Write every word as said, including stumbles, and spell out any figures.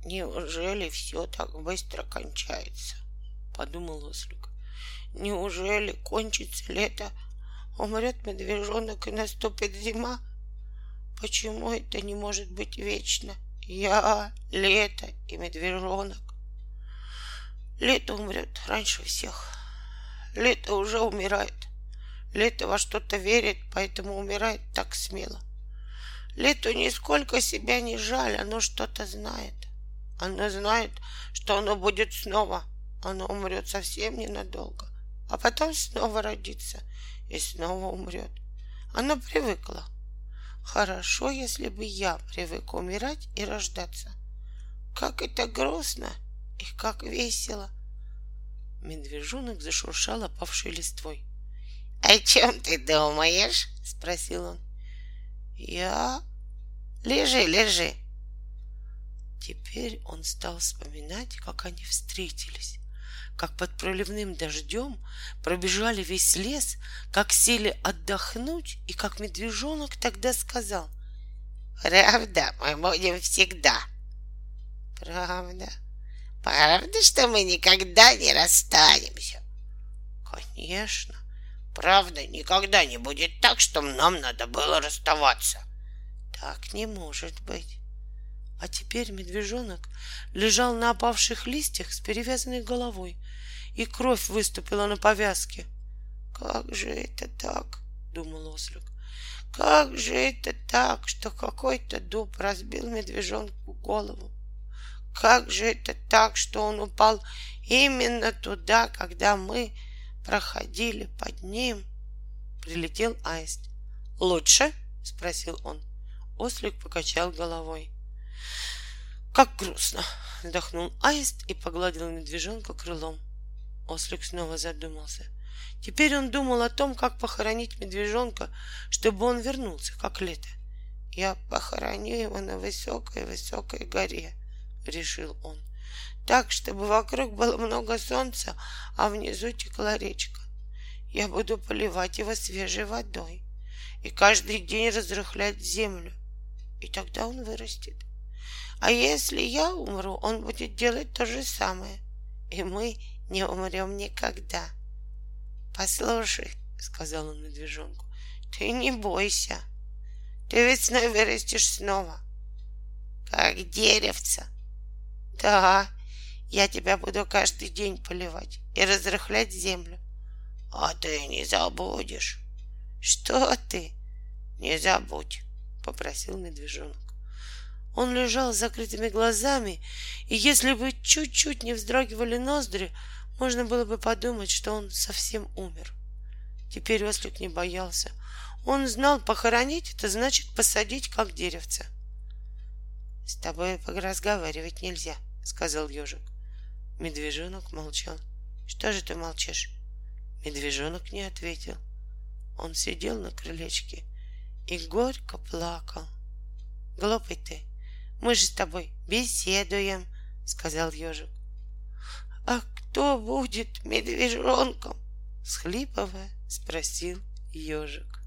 Неужели все так быстро кончается? Подумал ослик. Неужели кончится лето, умрет медвежонок и наступит зима? Почему это не может быть вечно? Я, лето и медвежонок. Лето умрет раньше всех. Лето уже умирает. Лето во что-то верит, поэтому умирает так смело. Лету нисколько себя не жаль, оно что-то знает. Оно знает, что оно будет снова. Оно умрет совсем ненадолго, а потом снова родится и снова умрет. Оно привыкло. Хорошо, если бы я привык умирать и рождаться. Как это грустно и как весело. Медвежонок зашуршал опавшей листвой. — О чем ты думаешь? — спросил он. — Я... Лежи, лежи. Теперь он стал вспоминать, как они встретились, как под проливным дождем пробежали весь лес, как сели отдохнуть, и как медвежонок тогда сказал: «Правда, мы будем всегда». «Правда? Правда, что мы никогда не расстанемся?» «Конечно. Правда, никогда не будет так, что нам надо было расставаться». «Так не может быть». А теперь медвежонок лежал на опавших листьях с перевязанной головой, и кровь выступила на повязке. «Как же это так?» — думал ослик. «Как же это так, что какой-то дуб разбил медвежонку голову? Как же это так, что он упал именно туда, когда мы проходили под ним?» Прилетел аист. «Лучше?» — спросил он. Ослик покачал головой. «Как грустно!» — вздохнул аист и погладил медвежонка крылом. Ослик снова задумался. Теперь он думал о том, как похоронить медвежонка, чтобы он вернулся, как лето. «Я похороню его на высокой-высокой горе», — решил он, «так, чтобы вокруг было много солнца, а внизу текла речка. Я буду поливать его свежей водой и каждый день разрыхлять землю, и тогда он вырастет. А если я умру, он будет делать то же самое, и мы не умрем никогда». «Послушай», — сказал он медвежонку, — «ты не бойся. Ты весной вырастешь снова, как деревце. Да, я тебя буду каждый день поливать и разрыхлять землю. А ты не забудешь». «Что ты?» «Не забудь», — попросил медвежонок. Он лежал с закрытыми глазами, и если бы чуть-чуть не вздрагивали ноздри, можно было бы подумать, что он совсем умер. Теперь ослик не боялся. Он знал, похоронить — это значит посадить, как деревце. «С тобой разговаривать нельзя», — сказал ежик. Медвежонок молчал. «Что же ты молчишь?» Медвежонок не ответил. Он сидел на крылечке и горько плакал. «Глупый ты, мы же с тобой беседуем», — сказал ежик. «А кто будет медвежонком?» — схлипывая, спросил ежик.